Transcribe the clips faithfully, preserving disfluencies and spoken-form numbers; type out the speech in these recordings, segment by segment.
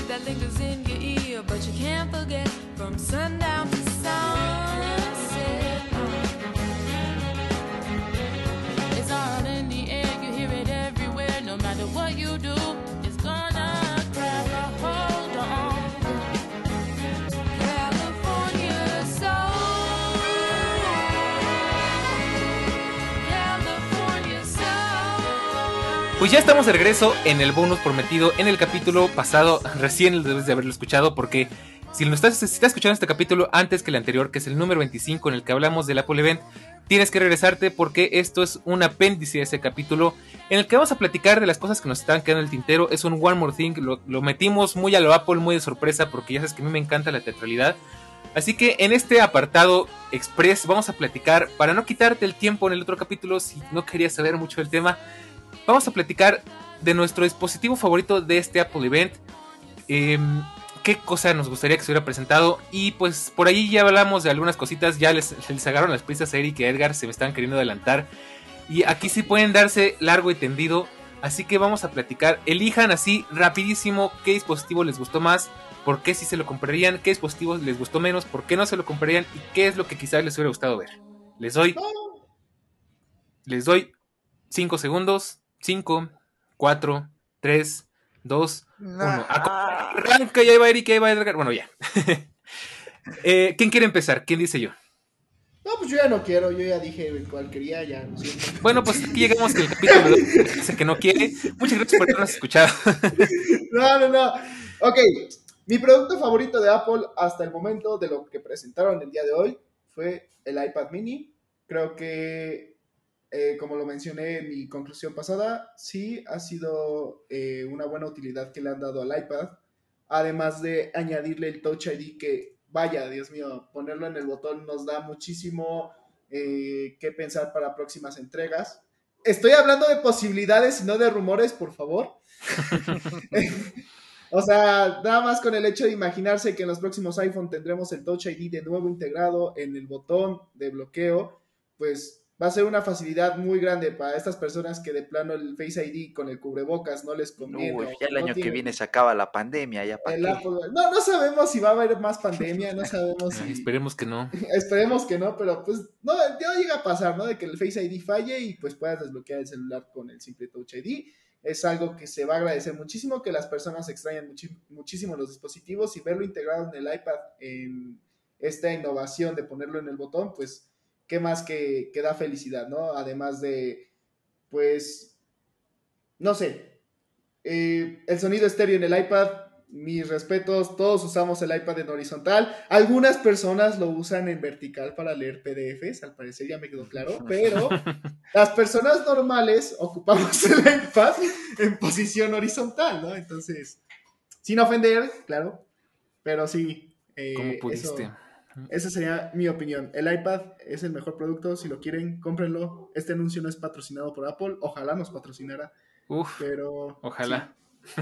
that lingers in your ear, but you can't forget from sundown to sunset. It's all in the air, you hear it everywhere. No matter what you do, it's gonna grab a hold on. California soul, California soul. Pues ya estamos de regreso en el bonus prometido. En el capítulo pasado, recién debes de haberlo escuchado, porque si, lo estás, si estás escuchando este capítulo antes que el anterior, que es el número veinticinco en el que hablamos del Apple Event, tienes que regresarte porque esto es un apéndice de ese capítulo en el que vamos a platicar de las cosas que nos están quedando en el tintero. Es un One More Thing, lo, lo metimos muy a lo Apple, muy de sorpresa, porque ya sabes que a mí me encanta la teatralidad. Así que en este apartado express vamos a platicar, para no quitarte el tiempo en el otro capítulo si no querías saber mucho del tema, vamos a platicar de nuestro dispositivo favorito de este Apple Event. Eh, qué cosa nos gustaría que se hubiera presentado. Y pues por ahí ya hablamos de algunas cositas. Ya les, les agarraron las prisas a Eric y a Edgar, se me están queriendo adelantar. Y aquí sí pueden darse largo y tendido. Así que vamos a platicar. Elijan así rapidísimo qué dispositivo les gustó más, por qué sí se lo comprarían, qué dispositivo les gustó menos, por qué no se lo comprarían y qué es lo que quizás les hubiera gustado ver. Les doy Les doy cinco segundos. cinco, cuatro, tres, dos, uno. Arranca, ya iba Eric, ya iba Edgar. Bueno, ya. eh, ¿Quién quiere empezar? ¿Quién dice yo? No, pues yo ya no quiero, yo ya dije cuál quería, ya no sé. Bueno, pues aquí llegamos que el capítulo dice que no quiere. Muchas gracias por habernos escuchado. No, no, no. Ok, mi producto favorito de Apple hasta el momento de lo que presentaron el día de hoy fue el iPad mini. Creo que, eh, como lo mencioné en mi conclusión pasada, sí ha sido eh, una buena utilidad que le han dado al iPad. Además de añadirle el Touch I D que, vaya, Dios mío, ponerlo en el botón nos da muchísimo eh, que pensar para próximas entregas. Estoy hablando de posibilidades y no de rumores, por favor. O sea, nada más con el hecho de imaginarse que en los próximos iPhone tendremos el Touch I D de nuevo integrado en el botón de bloqueo, pues va a ser una facilidad muy grande para estas personas que de plano el Face I D con el cubrebocas no les conviene. Uy, ya el no año que tienen... viene se acaba la pandemia, ya para qué. Apple... No, no sabemos si va a haber más pandemia, no sabemos si... Ay, esperemos que no. Esperemos que no, pero pues no, ya llega a pasar, ¿no? De que el Face I D falle y pues puedas desbloquear el celular con el simple Touch I D. Es algo que se va a agradecer muchísimo, que las personas extrañan muchi- muchísimo los dispositivos y verlo integrado en el iPad, en esta innovación de ponerlo en el botón, pues qué más que, que da felicidad, ¿no? Además de, pues, no sé, eh, el sonido estéreo en el iPad, mis respetos, todos usamos el iPad en horizontal, algunas personas lo usan en vertical para leer P D Fs, al parecer ya me quedó claro, pero las personas normales ocupamos el iPad en posición horizontal, ¿no? Entonces, sin ofender, claro, pero sí, eh, ¿Cómo pudiste? Eso, esa sería mi opinión. El iPad es el mejor producto, si lo quieren, cómprenlo. Este anuncio no es patrocinado por Apple, ojalá nos patrocinara. Uf, pero ojalá. Sí.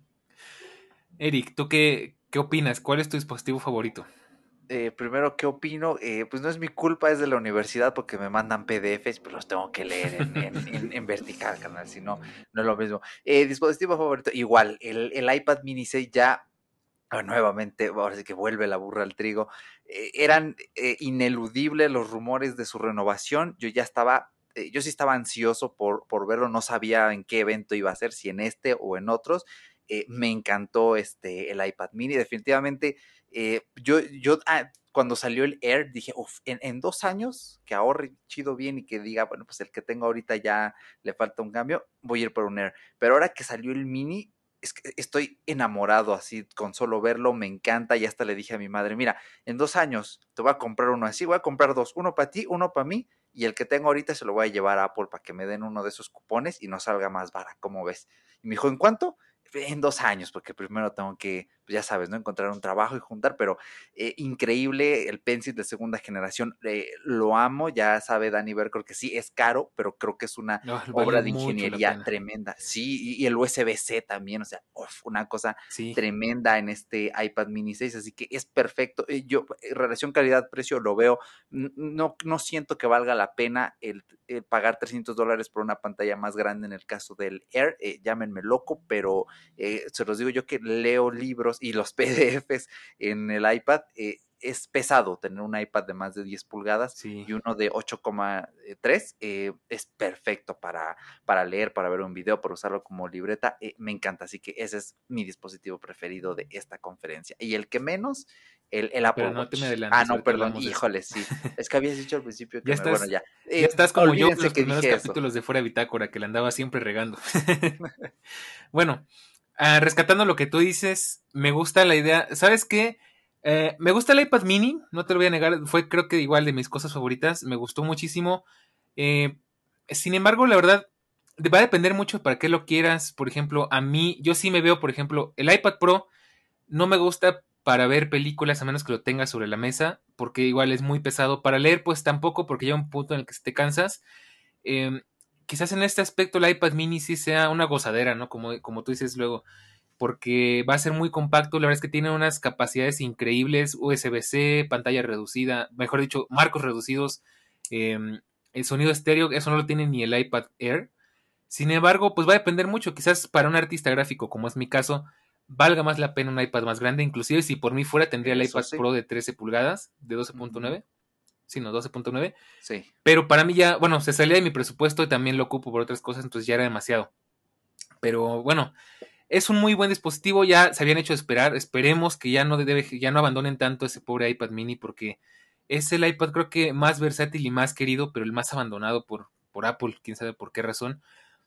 Eric, ¿tú qué, qué opinas? ¿Cuál es tu dispositivo favorito? Eh, primero, ¿qué opino? Eh, pues no es mi culpa, es de la universidad porque me mandan P D Fs, pues los tengo que leer en, en, en, en vertical, canal, si no, no es lo mismo. Eh, dispositivo favorito, igual, el, el iPad mini seis ya, oh, nuevamente, ahora sí que vuelve la burra al trigo, eh, eran eh, ineludibles los rumores de su renovación, yo ya estaba, eh, yo sí estaba ansioso por, por verlo, no sabía en qué evento iba a ser, si en este o en otros. Eh, me encantó este, el iPad mini, definitivamente. Eh, yo, yo ah, cuando salió el Air dije, uff, en, en dos años que ahorre chido bien y que diga, bueno, pues el que tengo ahorita ya le falta un cambio, voy a ir por un Air. Pero ahora que salió el mini, es que estoy enamorado así, con solo verlo, me encanta. Y hasta le dije a mi madre, mira, en dos años te voy a comprar uno así, voy a comprar dos, uno para ti, uno para mí, y el que tengo ahorita se lo voy a llevar a Apple para que me den uno de esos cupones y no salga más barato, ¿cómo ves? Y me dijo, ¿en cuánto? En dos años, porque primero tengo que pues ya sabes, ¿no? Encontrar un trabajo y juntar, pero eh, increíble el Pencil de segunda generación, eh, lo amo, ya sabe Dani Berker que sí, es caro, pero creo que es una No, vale obra de mucho la ingeniería pena. tremenda, sí, y, y el U S B-C también, o sea, uf, una cosa Sí. tremenda en este iPad mini seis, así que es perfecto. Eh, Yo, eh, relación calidad-precio, lo veo, n- no, no siento que valga la pena el, el pagar trescientos dólares por una pantalla más grande en el caso del Air, eh, llámenme loco, pero eh, se los digo yo que leo libros y los P D Fs en el iPad, eh, es pesado tener un iPad de más de diez pulgadas Sí. y uno de ocho coma tres, eh, es perfecto para, para leer, para ver un video, para usarlo como libreta, eh, me encanta, así que ese es mi dispositivo preferido de esta conferencia. Y el que menos, el, el Apple Pero no te me Watch. Ah, adelantes, no, ahorita perdón, hablamos de eso. híjole, sí. Es que habías dicho al principio que Ya me, bueno, estás, ya. ya Eh, estás como yo en olvídense los que primeros dije eso. capítulos de Fuera Bitácora, que la andaba siempre regando. Bueno, ah, rescatando lo que tú dices, me gusta la idea. ¿Sabes qué? Eh, me gusta el iPad mini, no te lo voy a negar, fue creo que igual de mis cosas favoritas, me gustó muchísimo. Eh, Sin embargo, la verdad, de- va a depender mucho para qué lo quieras. Por ejemplo, a mí, yo sí me veo, por ejemplo, el iPad Pro no me gusta para ver películas a menos que lo tengas sobre la mesa, porque igual es muy pesado. Para leer, pues tampoco, porque llega un punto en el que te cansas. Eh, Quizás en este aspecto el iPad mini sí sea una gozadera, ¿no? Como, como tú dices luego, porque va a ser muy compacto, la verdad es que tiene unas capacidades increíbles, U S B-C, pantalla reducida, mejor dicho, marcos reducidos, eh, el sonido estéreo, eso no lo tiene ni el iPad Air. Sin embargo, pues va a depender mucho, quizás para un artista gráfico, como es mi caso, valga más la pena un iPad más grande, inclusive si por mí fuera tendría el Eso iPad sí. Pro de trece pulgadas, de doce punto Ujú. nueve, sí, no, doce punto nueve, Sí. pero para mí ya, bueno, se salía de mi presupuesto y también lo ocupo por otras cosas, entonces ya era demasiado. Pero bueno, es un muy buen dispositivo, ya se habían hecho esperar, esperemos que ya no, debe, ya no abandonen tanto ese pobre iPad mini porque es el iPad creo que más versátil y más querido, pero el más abandonado por, por Apple, quién sabe por qué razón.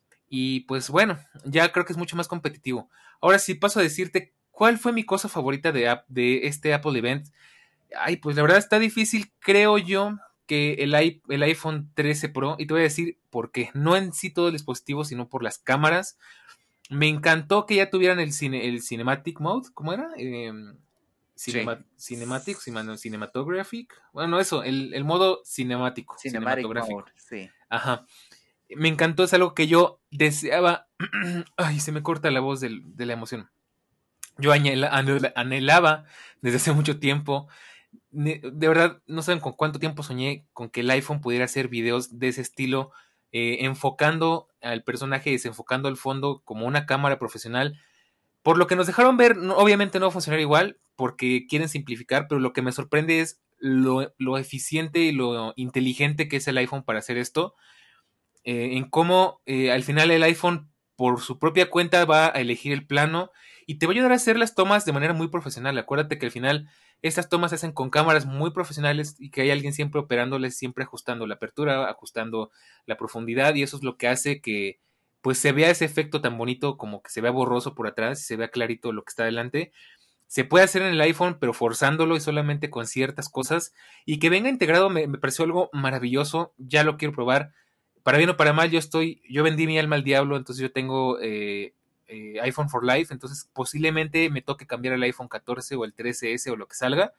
Y pues bueno, ya creo que es mucho más competitivo. Ahora sí paso a decirte cuál fue mi cosa favorita de, de este Apple Event. Ay, pues la verdad está difícil, creo yo, que el, i- el iPhone trece Pro, y te voy a decir por qué. No en sí todo el dispositivo, sino por las cámaras. Me encantó que ya tuvieran el, cine, el Cinematic Mode, ¿cómo era? Eh, Sí. cinema, cinematic, cima- Cinematographic. Bueno, eso, el, el modo cinemático, Cinematic cinematográfico. Mode, sí. Ajá. Me encantó, es algo que yo deseaba. Ay, se me corta la voz del- de la emoción. Yo añela- anhela- anhelaba desde hace mucho tiempo. Ne- De verdad, no saben con cuánto tiempo soñé con que el iPhone pudiera hacer videos de ese estilo, eh, enfocando al personaje y desenfocando el fondo como una cámara profesional. Por lo que nos dejaron ver, no- obviamente no va a funcionar igual, porque quieren simplificar, pero lo que me sorprende es lo, lo eficiente y lo inteligente que es el iPhone para hacer esto, eh, en cómo eh, al final el iPhone por su propia cuenta va a elegir el plano y te va a ayudar a hacer las tomas de manera muy profesional. Acuérdate que al final estas tomas se hacen con cámaras muy profesionales y que hay alguien siempre operándoles, siempre ajustando la apertura, ajustando la profundidad, y eso es lo que hace que pues se vea ese efecto tan bonito, como que se vea borroso por atrás y se vea clarito lo que está adelante. Se puede hacer en el iPhone, pero forzándolo y solamente con ciertas cosas. Y que venga integrado me, me pareció algo maravilloso. Ya lo quiero probar. Para bien o para mal, yo estoy, yo vendí mi alma al diablo, entonces yo tengo eh, eh, iPhone for Life, entonces posiblemente me toque cambiar el iPhone catorce o el trece ese o lo que salga.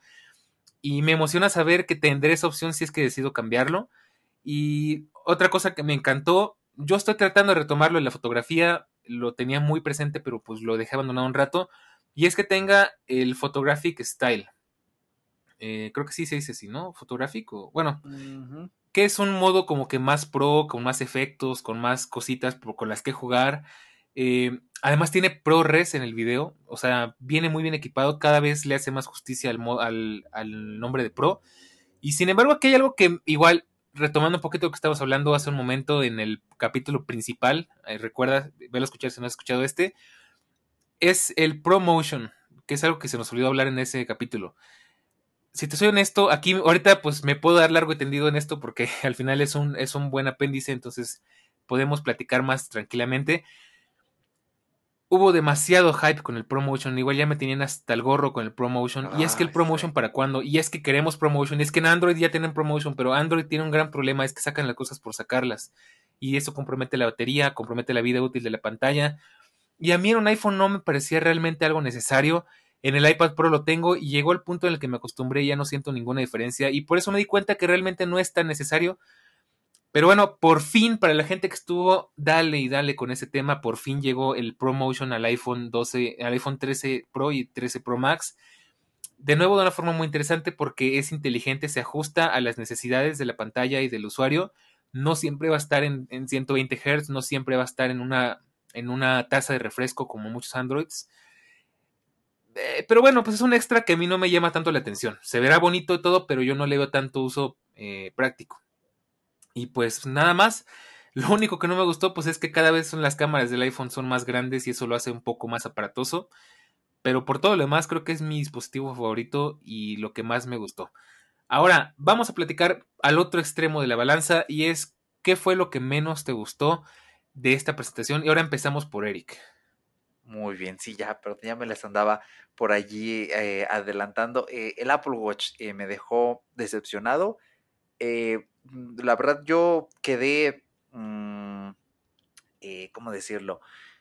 Y me emociona saber que tendré esa opción si es que decido cambiarlo. Y otra cosa que me encantó, yo estoy tratando de retomarlo en la fotografía, lo tenía muy presente, pero pues lo dejé abandonado un rato. Y es que tenga el Photographic Style. Eh, creo que sí se dice así, ¿no? Fotográfico. Bueno, Ujú. que es un modo como que más pro, con más efectos, con más cositas por- con las que jugar. Eh, además tiene ProRes en el video, o sea, viene muy bien equipado, cada vez le hace más justicia al, mo- al, al nombre de Pro. Y sin embargo, aquí hay algo que igual, retomando un poquito lo que estábamos hablando hace un momento en el capítulo principal, eh, recuerda, velo a escuchar si no has escuchado este, es el ProMotion, que es algo que se nos olvidó hablar en ese capítulo. Si te soy honesto, aquí ahorita pues me puedo dar largo y tendido en esto porque al final es un, es un buen apéndice, entonces podemos platicar más tranquilamente. Hubo demasiado hype con el ProMotion, igual ya me tenían hasta el gorro con el ProMotion, y es que el Ay, sí. ProMotion para cuándo, y es que queremos ProMotion, y es que en Android ya tienen ProMotion, pero Android tiene un gran problema, es que sacan las cosas por sacarlas, y eso compromete la batería, compromete la vida útil de la pantalla, y a mí en un iPhone no me parecía realmente algo necesario. En el iPad Pro lo tengo y llegó el punto en el que me acostumbré y ya no siento ninguna diferencia. Y por eso me di cuenta que realmente no es tan necesario. Pero bueno, por fin, para la gente que estuvo, dale y dale con ese tema, por fin llegó el ProMotion al iPhone doce, al iPhone trece Pro y trece Pro Max. De nuevo, de una forma muy interesante porque es inteligente, se ajusta a las necesidades de la pantalla y del usuario. No siempre va a estar en, en ciento veinte hertz, no siempre va a estar en una, en una tasa de refresco como muchos Androids. Eh, pero bueno, pues es un extra que a mí no me llama tanto la atención. Se verá bonito y todo, pero yo no le veo tanto uso eh, práctico. Y pues nada más. Lo único que no me gustó pues es que cada vez son las cámaras del iPhone son más grandes y eso lo hace un poco más aparatoso. Pero por todo lo demás creo que es mi dispositivo favorito y lo que más me gustó. Ahora, vamos a platicar al otro extremo de la balanza y es qué fue lo que menos te gustó de esta presentación. Y ahora empezamos por Eric. Muy bien, sí, ya, pero ya me les andaba por allí eh, adelantando. Eh, el Apple Watch eh, me dejó decepcionado. Eh, la verdad, yo quedé, mmm, eh, ¿cómo decirlo?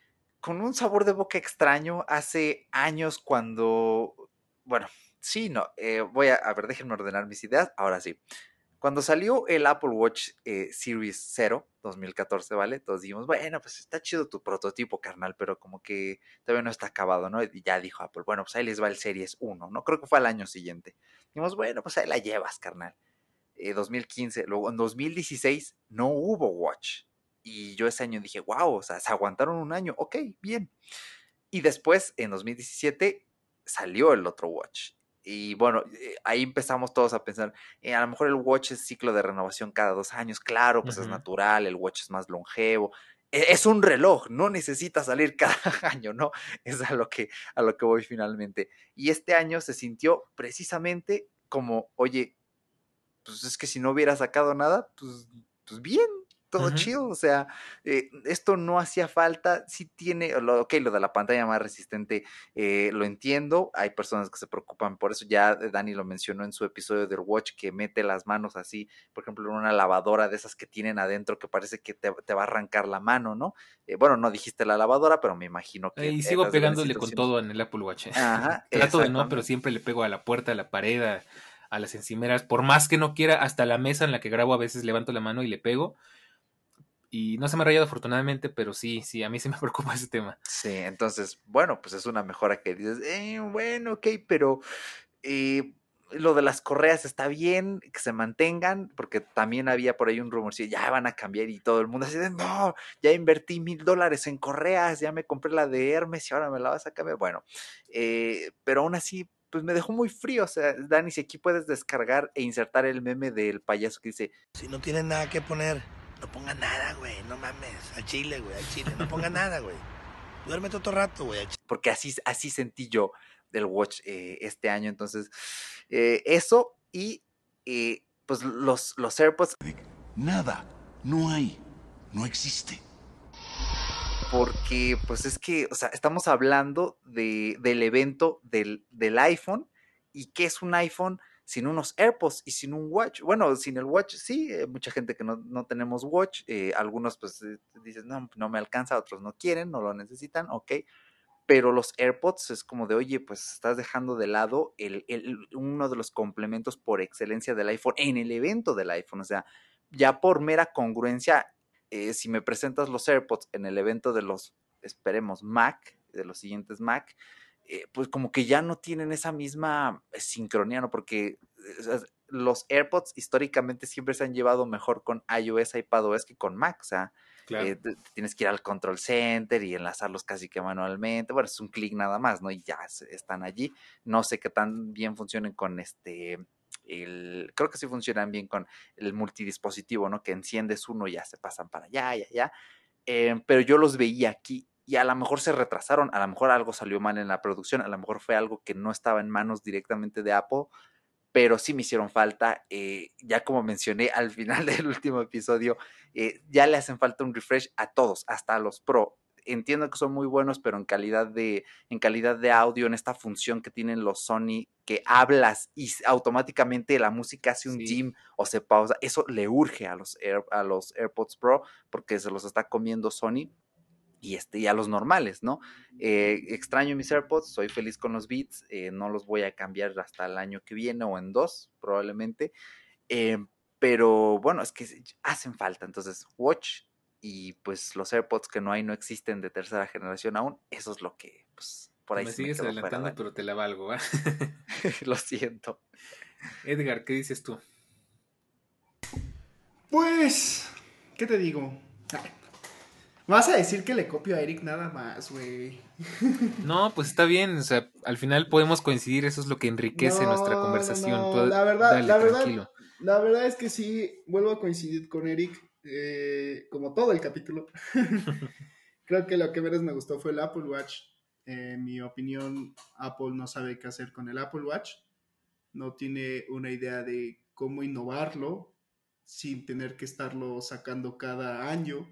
Con un sabor de boca extraño hace años cuando, bueno, sí, no, eh, voy a, a ver, déjenme ordenar mis ideas, ahora sí. Cuando salió el Apple Watch eh, Series cero, dos mil catorce, ¿vale? Todos dijimos, bueno, pues está chido tu prototipo, carnal, pero como que todavía no está acabado, ¿no? Y ya dijo Apple, bueno, pues ahí les va el Series uno, ¿no? Creo que fue al año siguiente. Dijimos, bueno, pues ahí la llevas, carnal. Eh, dos mil quince, luego en dos mil dieciséis no hubo Watch. Y yo ese año dije, wow, o sea, se aguantaron un año, ok, bien. Y después, en dos mil diecisiete, salió el otro Watch. Y bueno, eh, ahí empezamos todos a pensar, eh, a lo mejor el Watch es ciclo de renovación cada dos años, claro, pues uh-huh. Es natural, el Watch es más longevo, es un reloj, no necesita salir cada año, ¿no? Es a lo que, a lo que voy finalmente. Y este año se sintió precisamente como, oye, pues es que si no hubiera sacado nada, pues, pues bien, todo uh-huh. chill, o sea, eh, esto no hacía falta, sí tiene, lo, ok, lo de la pantalla más resistente, eh, lo entiendo, hay personas que se preocupan por eso, ya Dani lo mencionó en su episodio del Watch, que mete las manos así, por ejemplo, en una lavadora de esas que tienen adentro, que parece que te, te va a arrancar la mano, ¿no? Eh, bueno, no dijiste la lavadora, pero me imagino que... Y eh, sigo pegándole con todo en el Apple Watch. Ajá, trato de no, pero siempre le pego a la puerta, a la pared, a, a las encimeras, por más que no quiera, hasta la mesa en la que grabo a veces levanto la mano y le pego. Y no se me ha rayado afortunadamente, pero sí, sí, a mí sí me preocupa ese tema. Sí, entonces, bueno, pues es una mejora que dices, eh, bueno, ok, pero eh, lo de las correas está bien, que se mantengan, porque también había por ahí un rumor, si ya van a cambiar y todo el mundo así de, no, ya invertí mil dólares en correas, ya me compré la de Hermes y ahora me la vas a cambiar. Bueno, eh, pero aún así, pues me dejó muy frío, o sea, Dani, si aquí puedes descargar e insertar el meme del payaso que dice, si no tienen nada que poner, no ponga nada, güey, no mames, al chile, güey, al chile, no ponga nada, güey. Duérmete otro rato, güey. Porque así, así sentí yo del Watch eh, este año, entonces, eh, eso y eh, pues los, los AirPods. Nada, no hay, no existe. Porque, pues es que, o sea, estamos hablando de, del evento del, del iPhone, y ¿qué es un iPhone sin unos AirPods y sin un Watch? Bueno, sin el Watch, sí, eh, mucha gente que no, no tenemos Watch, eh, algunos pues eh, dicen, no, no me alcanza, otros no quieren, no lo necesitan, ok, pero los AirPods es como de, oye, pues estás dejando de lado el, el, uno de los complementos por excelencia del iPhone en el evento del iPhone, o sea, ya por mera congruencia, eh, si me presentas los AirPods en el evento de los, esperemos, Mac, de los siguientes Mac, Eh, pues como que ya no tienen esa misma sincronía, ¿no? Porque eh, los AirPods históricamente siempre se han llevado mejor con iOS, iPadOS que con Mac, o sea, claro. eh, te, te tienes que ir al control center y enlazarlos casi que manualmente, bueno, es un clic nada más, ¿no? Y ya están allí, no sé qué tan bien funcionen con este, el, creo que sí funcionan bien con el multidispositivo, ¿no? Que enciendes uno y ya se pasan para allá, ya, ya, eh, pero yo los veía aquí, y a lo mejor se retrasaron, a lo mejor algo salió mal en la producción, a lo mejor fue algo que no estaba en manos directamente de Apple, pero sí me hicieron falta, eh, ya como mencioné al final del último episodio, eh, ya le hacen falta un refresh a todos, hasta a los Pro. Entiendo que son muy buenos, pero en calidad de, en calidad de audio, en esta función que tienen los Sony, que hablas y automáticamente la música hace un sí. dim o se pausa, eso le urge a los, Air, a los AirPods Pro, porque se los está comiendo Sony. y, este, y a los normales, ¿no? Eh, extraño mis AirPods, soy feliz con los Beats, eh, no los voy a cambiar hasta el año que viene o en dos, probablemente. Eh, pero bueno, es que hacen falta. Entonces, Watch y pues los AirPods que no hay, no existen de tercera generación aún. Eso es lo que, pues, por Tú ahí me se me sigues quedó fuera, adelantando, Dani. pero te la valgo, ¿va? Lo siento. Edgar, ¿qué dices tú? Pues, ¿qué te digo? Ay, vas a decir que le copio a Eric nada más, güey. No, pues está bien, o sea, al final podemos coincidir, eso es lo que enriquece nuestra No, no, conversación. no. Tú, La verdad, dale, la verdad, tranquilo. la verdad es que sí, vuelvo a coincidir con Eric, eh, como todo el capítulo. Creo que lo que menos me gustó fue el Apple Watch. Eh, en mi opinión, Apple no sabe qué hacer con el Apple Watch. No tiene una idea de cómo innovarlo sin tener que estarlo sacando cada año.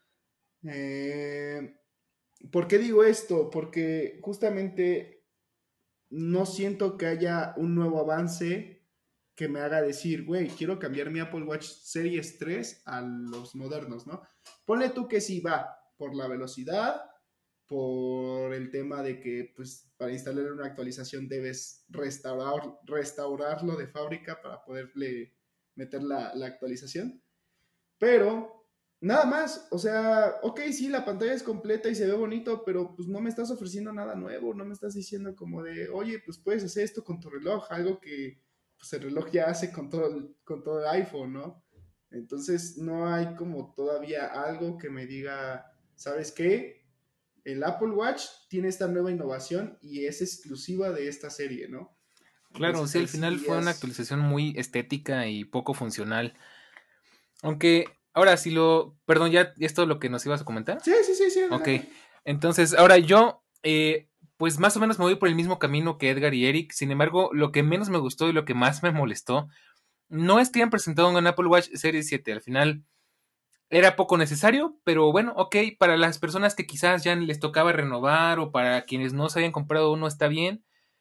Eh, ¿Por qué digo esto? Porque justamente no siento que haya un nuevo avance que me haga decir, güey, quiero cambiar mi Apple Watch Series tres a los modernos, ¿no? Ponle tú que sí va por la velocidad, por el tema de que, pues, para instalar una actualización debes restaurar, restaurarlo de fábrica para poderle meter la, la actualización. Pero, nada más, o sea, ok, sí, la pantalla es completa y se ve bonito, pero pues no me estás ofreciendo nada nuevo, no me estás diciendo como de, oye, pues puedes hacer esto con tu reloj, algo que pues el reloj ya hace con todo el, con todo el iPhone, ¿no? Entonces no hay como todavía algo que me diga, ¿sabes qué? El Apple Watch tiene esta nueva innovación y es exclusiva de esta serie, ¿no? Claro, Entonces sí, ahí al sí final fue una dirías, actualización muy estética y poco funcional. Aunque, ahora sí lo... Perdón, ¿ya es todo lo que nos ibas a comentar? sí, sí, sí, sí, Ok, adelante. entonces, ahora yo, eh, pues más o menos me voy por el mismo camino que Edgar y Eric. Sin embargo, lo que menos me gustó y lo que más me molestó, no es que hayan presentado un Apple Watch Series siete. Al final era poco necesario, pero bueno, ok, para las personas que quizás ya les tocaba renovar o para quienes no se habían comprado uno está bien.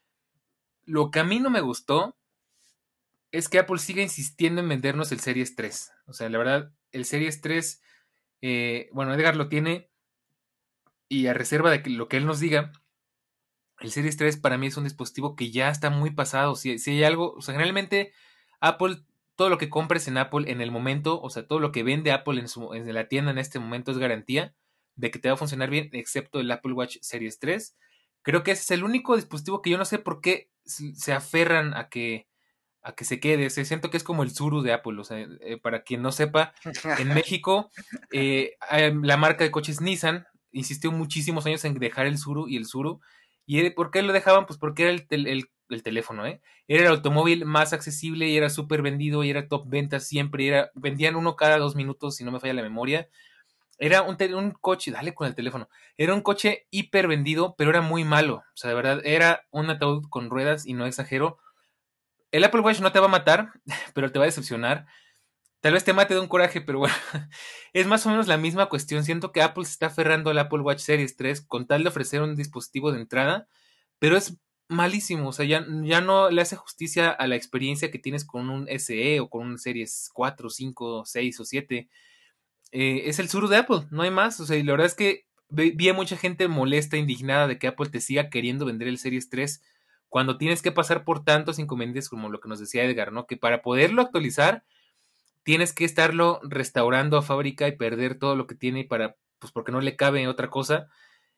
Lo que a mí no me gustó es que Apple siga insistiendo en vendernos el Series tres. O sea, la verdad, el Series tres, eh, bueno, Edgar lo tiene y a reserva de que lo que él nos diga, el Series tres para mí es un dispositivo que ya está muy pasado. Si, si hay algo, o sea, generalmente Apple, todo lo que compres en Apple en el momento, o sea, todo lo que vende Apple en, su, en la tienda en este momento es garantía de que te va a funcionar bien, excepto el Apple Watch Series tres. Creo que ese es el único dispositivo que yo no sé por qué se aferran a que a que se quede. Se siento que es como el Suru de Apple. O sea, eh, para quien no sepa, en México, eh, la marca de coches Nissan insistió muchísimos años en dejar el Suru y el Suru. ¿Y por qué lo dejaban? Pues porque era el, tel el, el teléfono, ¿eh? Era el automóvil más accesible y era súper vendido y era top ventas siempre. Y era, vendían uno cada dos minutos, si no me falla la memoria. Era un, un coche, dale con el teléfono. Era un coche hiper vendido, pero era muy malo. O sea, de verdad, era un ataúd con ruedas y no exagero. El Apple Watch no te va a matar, pero te va a decepcionar. Tal vez te mate de un coraje, pero bueno, es más o menos la misma cuestión. Siento que Apple se está aferrando al Apple Watch Series tres con tal de ofrecer un dispositivo de entrada, pero es malísimo. O sea, ya, ya no le hace justicia a la experiencia que tienes con un S E o con un Series cuatro, cinco, seis o siete. Eh, es el sur de Apple, no hay más. O sea, y la verdad es que vi a mucha gente molesta, indignada de que Apple te siga queriendo vender el Series tres cuando tienes que pasar por tantos inconvenientes como lo que nos decía Edgar, ¿no? Que para poderlo actualizar tienes que estarlo restaurando a fábrica y perder todo lo que tiene para, pues porque no le cabe otra cosa.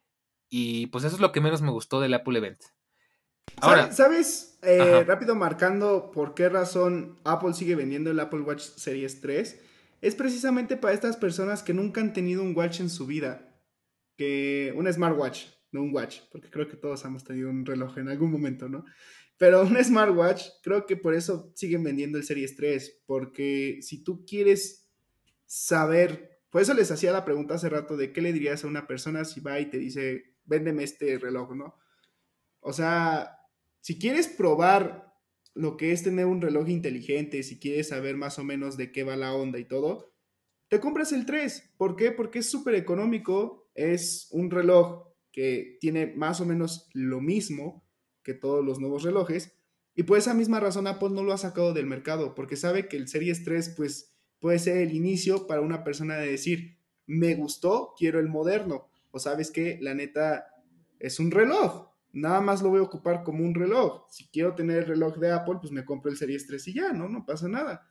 Y pues eso es lo que menos me gustó del Apple Event. Ahora, ¿Sabes? ¿Sabes? Eh, ajá, rápido marcando por qué razón Apple sigue vendiendo el Apple Watch Series tres. Es precisamente para estas personas que nunca han tenido un watch en su vida. Que un smartwatch, no un watch, porque creo que todos hemos tenido un reloj en algún momento, ¿no? Pero un smartwatch, creo que por eso siguen vendiendo el Series tres, porque si tú quieres saber, por eso les hacía la pregunta hace rato de qué le dirías a una persona si va y te dice, véndeme este reloj, ¿no? O sea, si quieres probar lo que es tener un reloj inteligente, si quieres saber más o menos de qué va la onda y todo, te compras el tres. ¿Por qué? Porque es súper económico, es un reloj que tiene más o menos lo mismo que todos los nuevos relojes, y por esa misma razón Apple no lo ha sacado del mercado, porque sabe que el Series tres pues puede ser el inicio para una persona de decir, me gustó, quiero el moderno. O sabes que la neta es un reloj. Nada más lo voy a ocupar como un reloj. Si quiero tener el reloj de Apple, pues me compro el Series tres y ya, ¿no? No pasa nada.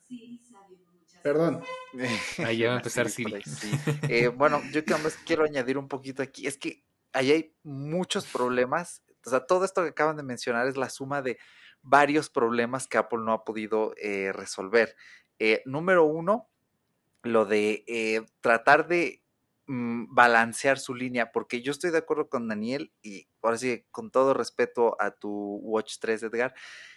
Perdón. Ahí ya va a La empezar Siri por Siri. ahí, sí. Eh, bueno, yo que más quiero añadir un poquito aquí, es que ahí hay muchos problemas, o sea, todo esto que acaban de mencionar es la suma de varios problemas que Apple no ha podido eh, resolver. Eh, número uno, lo de eh, tratar de mm, balancear su línea, porque yo estoy de acuerdo con Daniel y ahora sí, con todo respeto a tu Watch tres, Edgar,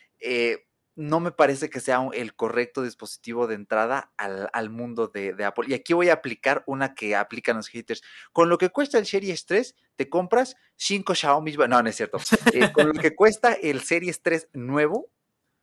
eh, no me parece que sea un- el correcto dispositivo de entrada al, al mundo de, de Apple. Y aquí voy a aplicar una que aplican los haters. Con lo que cuesta el Series tres, te compras cinco Xiaomi. No, no es cierto. Eh, con lo que cuesta el Series tres nuevo,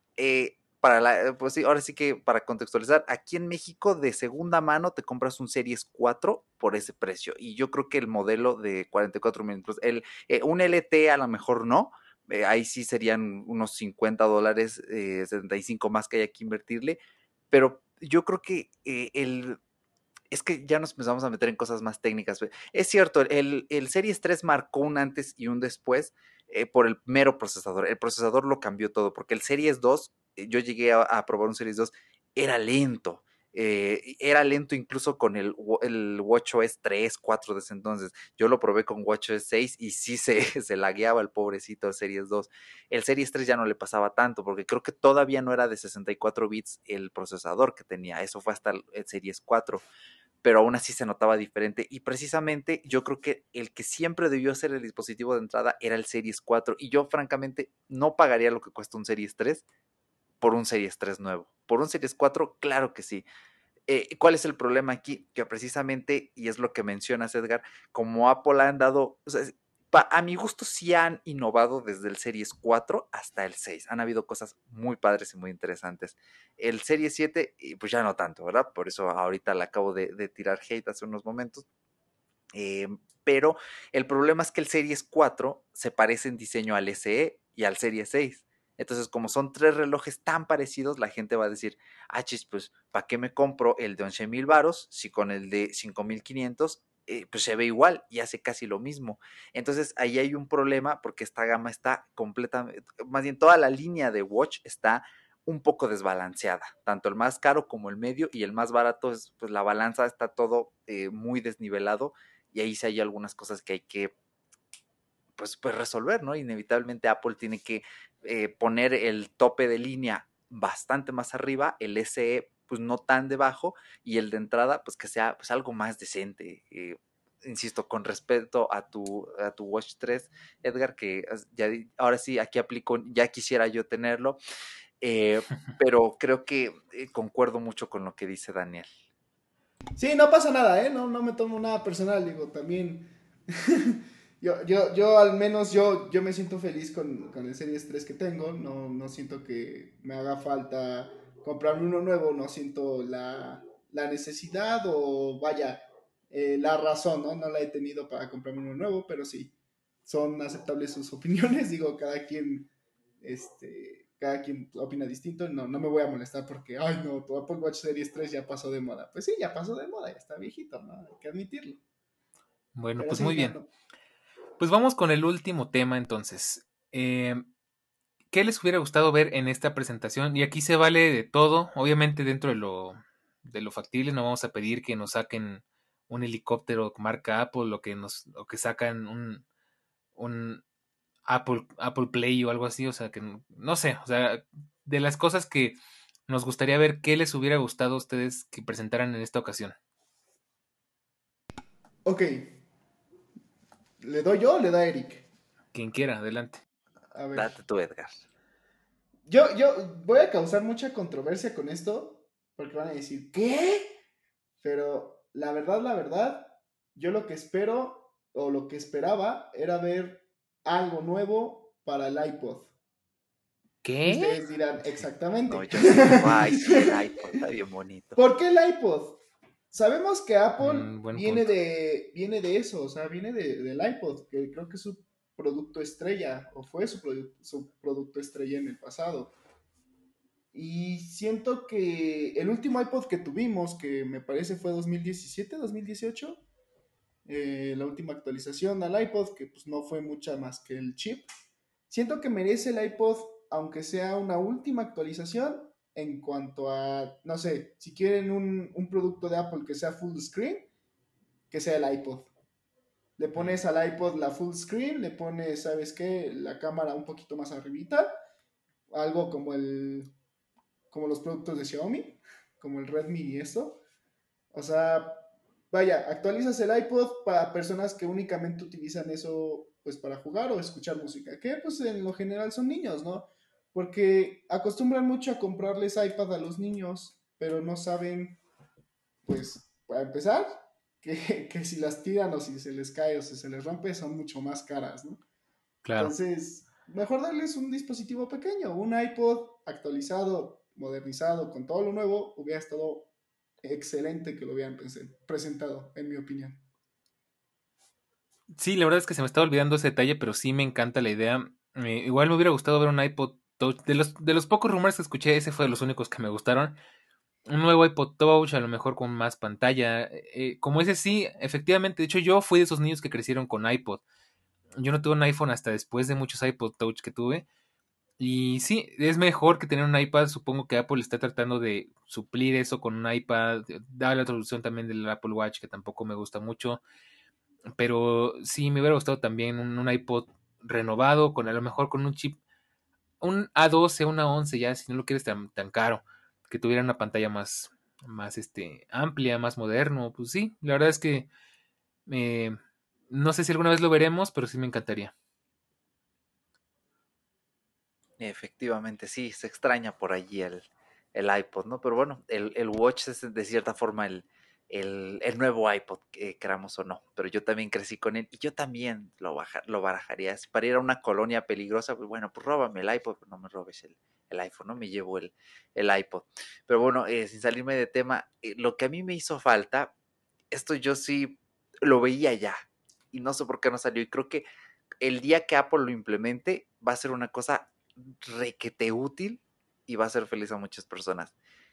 eh, para la, pues sí, ahora sí que para contextualizar, aquí en México de segunda mano te compras un Series cuatro por ese precio. Y yo creo que el modelo de cuarenta y cuatro milímetros, el, eh, un L T a lo mejor no, eh, ahí sí serían unos cincuenta dólares, eh, setenta y cinco más que hay que invertirle, pero yo creo que eh, el, es que ya nos empezamos a meter en cosas más técnicas. Es cierto, el, el Series tres marcó un antes y un después eh, por el mero procesador. El procesador lo cambió todo, porque el Series dos, eh, yo llegué a, a probar un Series dos, era lento. Eh, era lento incluso con el, el WatchOS tres, cuatro de ese entonces. Yo lo probé con WatchOS seis y sí se, se lagueaba el pobrecito Series dos. El Series tres ya no le pasaba tanto, porque creo que todavía no era de sesenta y cuatro bits el procesador que tenía. Eso fue hasta el, el Series cuatro, pero aún así se notaba diferente. Y precisamente yo creo que el que siempre debió ser el dispositivo de entrada era el Series cuatro. Y yo francamente no pagaría lo que cuesta un Series tres por un Series tres nuevo. Por un Series cuatro, claro que sí. Eh, ¿Cuál es el problema aquí? Que precisamente, y es lo que mencionas, Edgar, como Apple han dado, o sea, pa, a mi gusto sí han innovado desde el Series cuatro hasta el seis. Han habido cosas muy padres y muy interesantes. El Series siete, pues ya no tanto, ¿verdad? Por eso ahorita le acabo de, de tirar hate hace unos momentos. Eh, pero el problema es que el Series cuatro se parece en diseño al S E y al Series seis. Entonces, como son tres relojes tan parecidos, la gente va a decir, ah, chis, pues, ¿para qué me compro el de once mil varos si con el de cinco mil quinientos eh, pues se ve igual y hace casi lo mismo? Entonces, ahí hay un problema porque esta gama está completamente, más bien toda la línea de Watch está un poco desbalanceada, tanto el más caro como el medio y el más barato, es, pues la balanza está todo eh, muy desnivelado y ahí sí hay algunas cosas que hay que pues, pues resolver, ¿no? Inevitablemente Apple tiene que eh, poner el tope de línea bastante más arriba, el S E pues no tan debajo y el de entrada pues que sea pues algo más decente. Eh, insisto, con respecto a tu, a tu Watch tres, Edgar, que ya, ahora sí, aquí aplico, ya quisiera yo tenerlo, eh, pero creo que eh, concuerdo mucho con lo que dice Daniel. Sí, no pasa nada, ¿eh? No, no me tomo nada personal, digo, también. yo, yo, yo al menos yo, yo me siento feliz con, con el Series tres que tengo. No, no siento que me haga falta comprarme uno nuevo, no siento la, la necesidad o vaya, eh, la razón, ¿no? No la he tenido para comprarme uno nuevo, pero sí, son aceptables sus opiniones, digo, cada quien, este, cada quien opina distinto, no, no me voy a molestar porque, ay no, tu Apple Watch Series tres ya pasó de moda. Pues sí, ya pasó de moda, ya está viejito, ¿no? Hay que admitirlo. Bueno, Pero pues sí, muy no, bien. no. Pues vamos con el último tema entonces. Eh, ¿Qué les hubiera gustado ver en esta presentación? Y aquí se vale de todo, obviamente dentro de lo, de lo factible, no vamos a pedir que nos saquen un helicóptero marca Apple o que nos, o que sacan un, un Apple, Apple Play o algo así, o sea que no, no sé, o sea, de las cosas que nos gustaría ver, ¿qué les hubiera gustado a ustedes que presentaran en esta ocasión? Ok, ¿le doy yo o le da Eric? Quien quiera, adelante. A ver. Date tú, Edgar. Yo, yo voy a causar mucha controversia con esto, porque van a decir, ¿qué? Pero la verdad, la verdad, yo lo que espero o lo que esperaba era ver algo nuevo para el iPod. Y ¿Qué? ustedes dirán, No, exactamente. yo sí digo, ay, sí, el iPod está bien bonito. ¿Por qué el iPod? Sabemos que Apple Mm, buen viene punto. de, viene de eso, o sea, viene de, del iPod, que creo que es su producto estrella, o fue su, produ su producto estrella en el pasado. Y siento que el último iPod que tuvimos, que me parece fue dos mil diecisiete, dos mil dieciocho, eh, la última actualización al iPod, que pues no fue mucha más que el chip. Siento que merece el iPod, aunque sea una última actualización, en cuanto a, no sé, si quieren un, un producto de Apple que sea full screen, que sea el iPod. Le pones al iPod la full screen, le pones, ¿sabes qué? La cámara un poquito más arribita, algo como el, como los productos de Xiaomi, como el Redmi y esto. O sea, vaya, actualizas el iPod para personas que únicamente utilizan eso pues para jugar o escuchar música, que pues en lo general son niños, ¿no? Porque acostumbran mucho a comprarles iPad a los niños, pero no saben, pues, para empezar, que, que si las tiran o si se les cae o si se les rompe son mucho más caras, ¿no? Claro. Entonces, mejor darles un dispositivo pequeño, un iPod actualizado, modernizado, con todo lo nuevo, hubiera estado excelente que lo hubieran presentado, en mi opinión. Sí, la verdad es que se me estaba olvidando ese detalle, pero sí me encanta la idea. Eh, igual me hubiera gustado ver un iPod Touch. De los, de los pocos rumores que escuché, ese fue de los únicos que me gustaron. Un nuevo iPod Touch, a lo mejor con más pantalla. Eh, como ese sí, efectivamente. De hecho, yo fui de esos niños que crecieron con iPod. Yo no tuve un iPhone hasta después de muchos iPod Touch que tuve. Y sí, es mejor que tener un iPad. Supongo que Apple está tratando de suplir eso con un iPad. Da la traducción también del Apple Watch, que tampoco me gusta mucho. Pero sí, me hubiera gustado también un, un iPod renovado, con a lo mejor con un chip, un A doce, una once, ya si no lo quieres tan, tan caro, que tuviera una pantalla más, más este, amplia, más moderno. Pues sí, la verdad es que eh, no sé si alguna vez lo veremos, pero sí me encantaría. Efectivamente, sí, se extraña por allí el, el iPod, ¿no? Pero bueno, el, el Watch es de cierta forma el, el, el nuevo iPod, eh, queramos o no. Pero yo también crecí con él y yo también lo, baja, lo barajaría. Si para ir a una colonia peligrosa, pues bueno, pues róbame el iPod, pero no me robes el, el iPhone, no me llevo el, el iPod. Pero bueno, eh, sin salirme de tema, eh, lo que a mí me hizo falta, esto yo sí lo veía ya y no sé por qué no salió. Y creo que el día que Apple lo implemente va a ser una cosa requete útil y va a hacer feliz a muchas personas.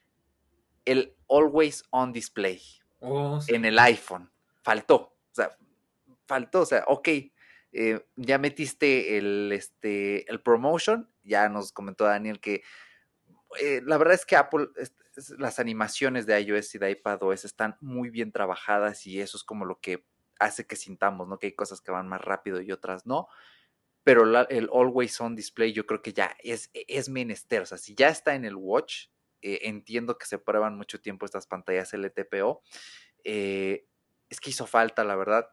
El Always On Display Oh, en sí. el iPhone faltó, o sea, faltó, o sea, ok, eh, ya metiste el, este, el promotion, ya nos comentó Daniel que eh, la verdad es que Apple, es, es, las animaciones de iOS y de iPadOS están muy bien trabajadas y eso es como lo que hace que sintamos, ¿no? Que hay cosas que van más rápido y otras no, pero la, el Always On Display yo creo que ya es, es menester, o sea, si ya está en el Watch, eh, entiendo que se prueban mucho tiempo estas pantallas L T P O, eh, es que hizo falta, la verdad,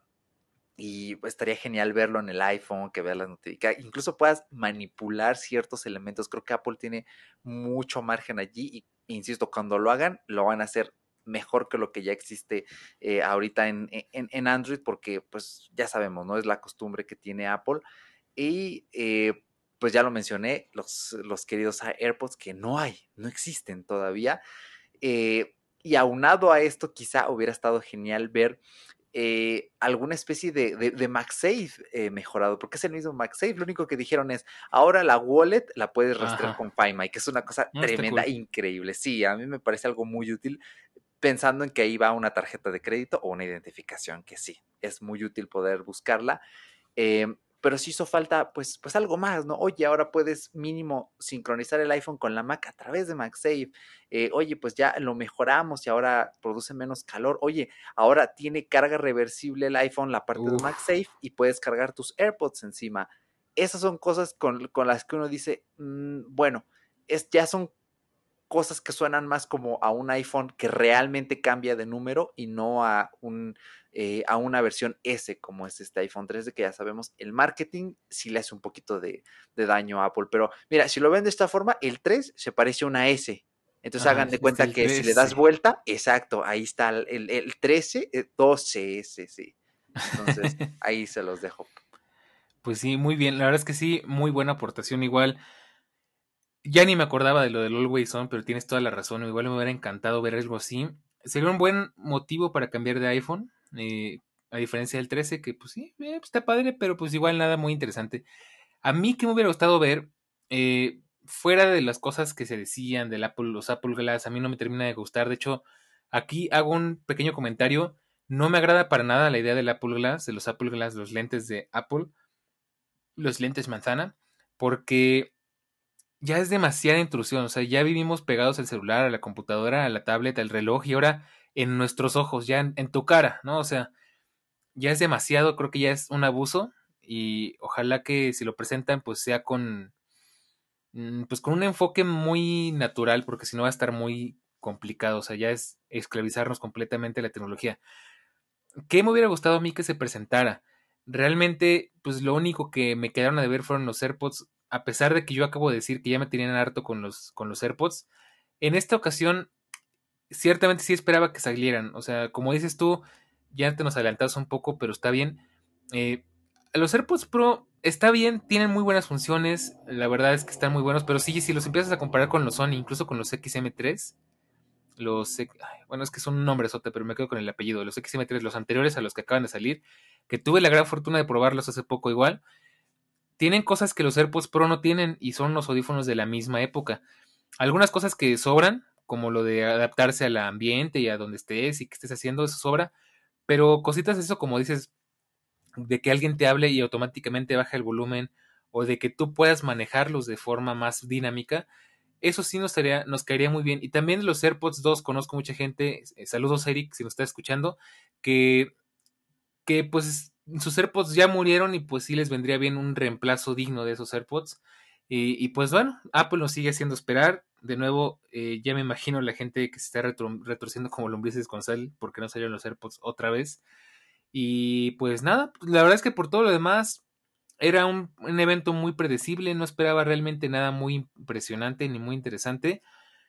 y estaría genial verlo en el iPhone, que veas las notificaciones, incluso puedas manipular ciertos elementos, creo que Apple tiene mucho margen allí, y insisto, cuando lo hagan, lo van a hacer mejor que lo que ya existe eh, ahorita en, en, en Android, porque pues ya sabemos, ¿no? Es la costumbre que tiene Apple. Y eh, pues ya lo mencioné, los, los queridos AirPods que no hay, no existen todavía. Eh, y aunado a esto, quizá hubiera estado genial ver eh, alguna especie de, de, de MagSafe eh, mejorado, porque es el mismo MagSafe. Lo único que dijeron es, ahora la wallet la puedes rastrear Ajá. con Find My, que es una cosa No, está tremenda, cool. increíble. Sí, a mí me parece algo muy útil, pensando en que ahí va una tarjeta de crédito o una identificación, que sí, es muy útil poder buscarla. Eh, pero sí hizo falta, pues, pues algo más, ¿no? Oye, ahora puedes mínimo sincronizar el iPhone con la Mac a través de MagSafe. Eh, oye, pues ya lo mejoramos y ahora produce menos calor. Oye, ahora tiene carga reversible el iPhone, la parte de Uf. MagSafe, y puedes cargar tus AirPods encima. Esas son cosas con, con las que uno dice, mmm, bueno, es, ya son cosas que suenan más como a un iPhone que realmente cambia de número y no a, un, eh, a una versión S como es este iPhone trece, que ya sabemos, el marketing sí le hace un poquito de, de daño a Apple. Pero mira, si lo ven de esta forma, el tres se parece a una S. Entonces Ajá, hagan de este es cuenta el que si le das trece. vuelta, exacto, ahí está el, el trece, eh, doce S, sí. Entonces ahí se los dejo. Pues sí, muy bien. La verdad es que sí, muy buena aportación. Igual, ya ni me acordaba de lo del Always On, pero tienes toda la razón. Igual me hubiera encantado ver algo así. Sería un buen motivo para cambiar de iPhone. Eh, a diferencia del trece, que pues sí, eh, pues está padre, pero pues igual nada muy interesante. A mí que me hubiera gustado ver, eh, fuera de las cosas que se decían del Apple, los Apple Glass, a mí no me termina de gustar. De hecho, aquí hago un pequeño comentario. No me agrada para nada la idea del Apple Glass, de los Apple Glass, los lentes de Apple, los lentes manzana, porque ya es demasiada intrusión. O sea, ya vivimos pegados al celular, a la computadora, a la tablet, al reloj y ahora en nuestros ojos, ya en, en tu cara, ¿no? O sea, ya es demasiado, creo que ya es un abuso y ojalá que si lo presentan pues sea con mm, pues con un enfoque muy natural, porque si no va a estar muy complicado. O sea, ya es esclavizarnos completamente a la tecnología. ¿Qué me hubiera gustado a mí que se presentara? Realmente, pues lo único que me quedaron a deber fueron los AirPods, a pesar de que yo acabo de decir que ya me tenían harto con los, con los AirPods. En esta ocasión, ciertamente sí esperaba que salieran. O sea, como dices tú, ya te nos adelantas un poco, pero está bien. Eh, los AirPods Pro está bien, tienen muy buenas funciones. La verdad es que están muy buenos, pero sí, si los empiezas a comparar con los Sony, incluso con los X M tres, los, ay, bueno, es que son un nombre sote, pero me quedo con el apellido, los X M tres, los anteriores a los que acaban de salir, que tuve la gran fortuna de probarlos hace poco igual, tienen cosas que los AirPods Pro no tienen y son los audífonos de la misma época. Algunas cosas que sobran, como lo de adaptarse al ambiente y a donde estés y que estés haciendo, eso sobra, pero cositas eso como dices, de que alguien te hable y automáticamente baja el volumen, o de que tú puedas manejarlos de forma más dinámica, eso sí nos, haría, nos caería muy bien. Y también los AirPods dos, conozco mucha gente, eh, saludos Eric, si nos está escuchando, que, que pues sus AirPods ya murieron y pues sí les vendría bien un reemplazo digno de esos AirPods. Y, y pues bueno, Apple nos sigue haciendo esperar. De nuevo, eh, ya me imagino la gente que se está retro, retorciendo como lombrices con sal porque no salieron los AirPods otra vez. Y pues nada, la verdad es que por todo lo demás era un, un evento muy predecible, no esperaba realmente nada muy impresionante ni muy interesante.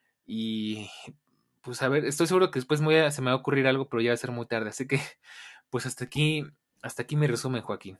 Y pues a ver, estoy seguro que después me voy a- se me va a ocurrir algo, pero ya va a ser muy tarde. Así que pues hasta aquí, hasta aquí mi resumen, Joaquín.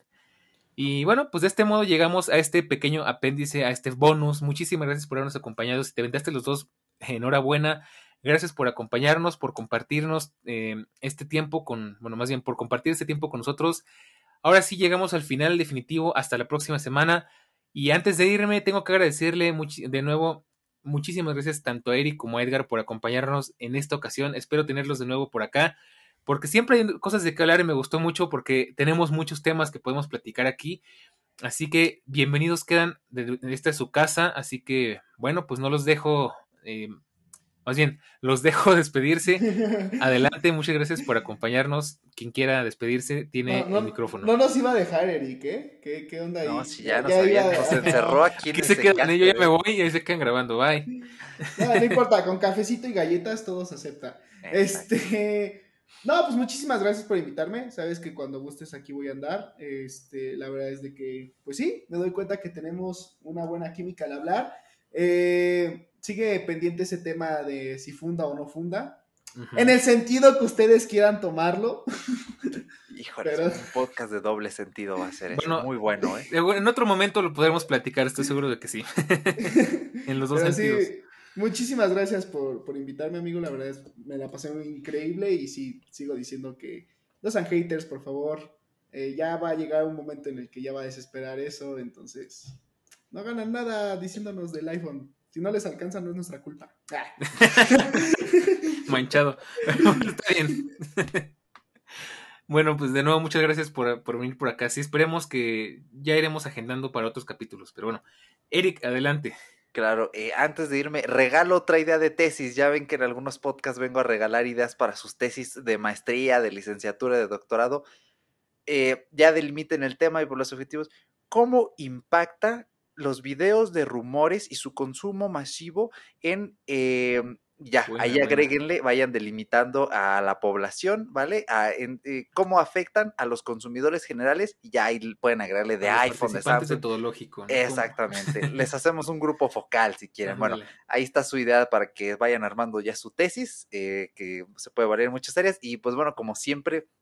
Y bueno, pues de este modo llegamos a este pequeño apéndice, a este bonus. Muchísimas gracias por habernos acompañado. Si te aventaste los dos, enhorabuena. Gracias por acompañarnos, por compartirnos eh, este tiempo con, bueno, más bien por compartir este tiempo con nosotros. Ahora sí llegamos al final definitivo. Hasta la próxima semana. Y antes de irme, tengo que agradecerle much- de nuevo, muchísimas gracias tanto a Eric como a Edgar por acompañarnos en esta ocasión. Espero tenerlos de nuevo por acá, porque siempre hay cosas de que hablar y me gustó mucho porque tenemos muchos temas que podemos platicar aquí. Así que bienvenidos quedan, de, de esta es su casa. Así que, bueno, pues no los dejo, eh, más bien, los dejo despedirse. Adelante, muchas gracias por acompañarnos. Quien quiera despedirse tiene No, el no, micrófono. no nos iba a dejar, Eric, ¿eh? ¿Qué, qué onda No, ahí? si Ya, ya nos ya iba. habían, nos encerró aquí en Aquí el se quedan, ¿eh? Yo ya Zencaster, me ¿eh? voy y ahí se quedan grabando. Bye. No, no importa, con cafecito y galletas todo se acepta. Exacto. Este. No, pues muchísimas gracias por invitarme. Sabes que cuando gustes aquí voy a andar. Este, la verdad es de que, pues sí, me doy cuenta que tenemos una buena química al hablar. Eh, sigue pendiente ese tema de si funda o no funda. Ujú. En el sentido que ustedes quieran tomarlo. Híjole, Pero- un podcast de doble sentido va a ser eso. Bueno, Muy bueno, ¿eh? Eh, En otro momento lo podremos platicar, estoy seguro de que sí. En los dos Pero sentidos. sí, muchísimas gracias por, por invitarme, amigo. La verdad es me la pasé muy increíble y sí, sigo diciendo que no sean haters, por favor. Eh, ya va a llegar un momento en el que ya va a desesperar eso, entonces no ganan nada diciéndonos del iPhone. Si no les alcanza, no es nuestra culpa. Ah. Manchado. Está bien. Bueno, pues de nuevo, muchas gracias por, por venir por acá. Sí, esperemos que ya iremos agendando para otros capítulos. Pero bueno, Eric, adelante. Claro, eh, antes de irme, regalo otra idea de tesis. Ya ven que en algunos podcasts vengo a regalar ideas para sus tesis de maestría, de licenciatura, de doctorado. Eh, ya delimiten el tema y por los objetivos. ¿Cómo impacta los videos de rumores y su consumo masivo en... Eh, ya, Buena, ahí buena. agréguenle, vayan delimitando a la población, ¿vale? A, en, eh, cómo afectan a los consumidores generales y ya ahí pueden agregarle de A los iPhone, de participantes Samsung. metodológico, ¿no? Exactamente. Les hacemos un grupo focal si quieren. Bueno, Ándale. ahí está su idea para que vayan armando ya su tesis, eh, que se puede variar en muchas áreas. Y pues bueno, como siempre,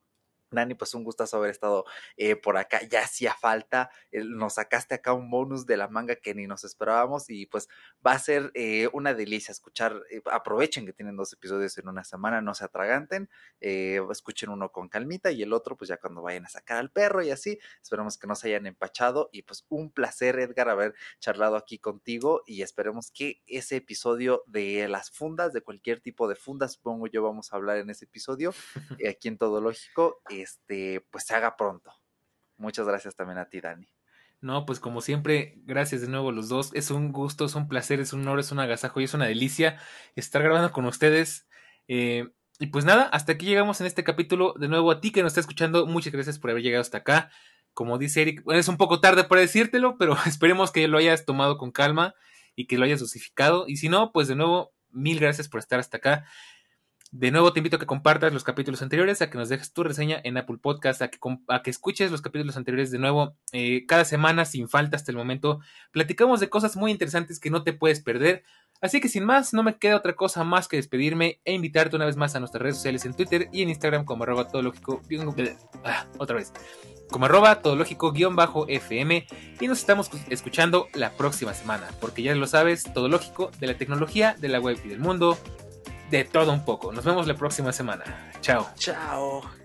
Dani, pues un gustazo haber estado eh, por acá, ya hacía falta, eh, nos sacaste acá un bonus de la manga que ni nos esperábamos y pues va a ser eh, una delicia escuchar, eh, aprovechen que tienen dos episodios en una semana, no se atraganten, eh, escuchen uno con calmita y el otro pues ya cuando vayan a sacar al perro y así, esperemos que no se hayan empachado y pues un placer, Edgar, haber charlado aquí contigo y esperemos que ese episodio de las fundas, de cualquier tipo de fundas, supongo yo vamos a hablar en ese episodio, eh, aquí en Todo Lógico, este, pues se haga pronto. Muchas gracias también a ti, Dani. No, pues como siempre, gracias de nuevo a los dos. Es un gusto, es un placer, es un honor, es un agasajo y es una delicia estar grabando con ustedes. Eh, y pues nada, hasta aquí llegamos en este capítulo. De nuevo a ti que nos está escuchando, muchas gracias por haber llegado hasta acá. Como dice Eric, es un poco tarde para decírtelo, pero esperemos que lo hayas tomado con calma y que lo hayas dosificado. Y si no, pues de nuevo, mil gracias por estar hasta acá. De nuevo te invito a que compartas los capítulos anteriores, a que nos dejes tu reseña en Apple Podcast, a que, a que escuches los capítulos anteriores de nuevo eh, cada semana sin falta hasta el momento. Platicamos de cosas muy interesantes que no te puedes perder. Así que sin más, no me queda otra cosa más que despedirme e invitarte una vez más a nuestras redes sociales en Twitter y en Instagram como arroba todológico, ah, otra vez, como arroba todológico guión bajo F M y nos estamos escuchando la próxima semana, porque ya lo sabes, Todo Lógico, de la tecnología, de la web y del mundo, de todo un poco. Nos vemos la próxima semana. Chao. Chao.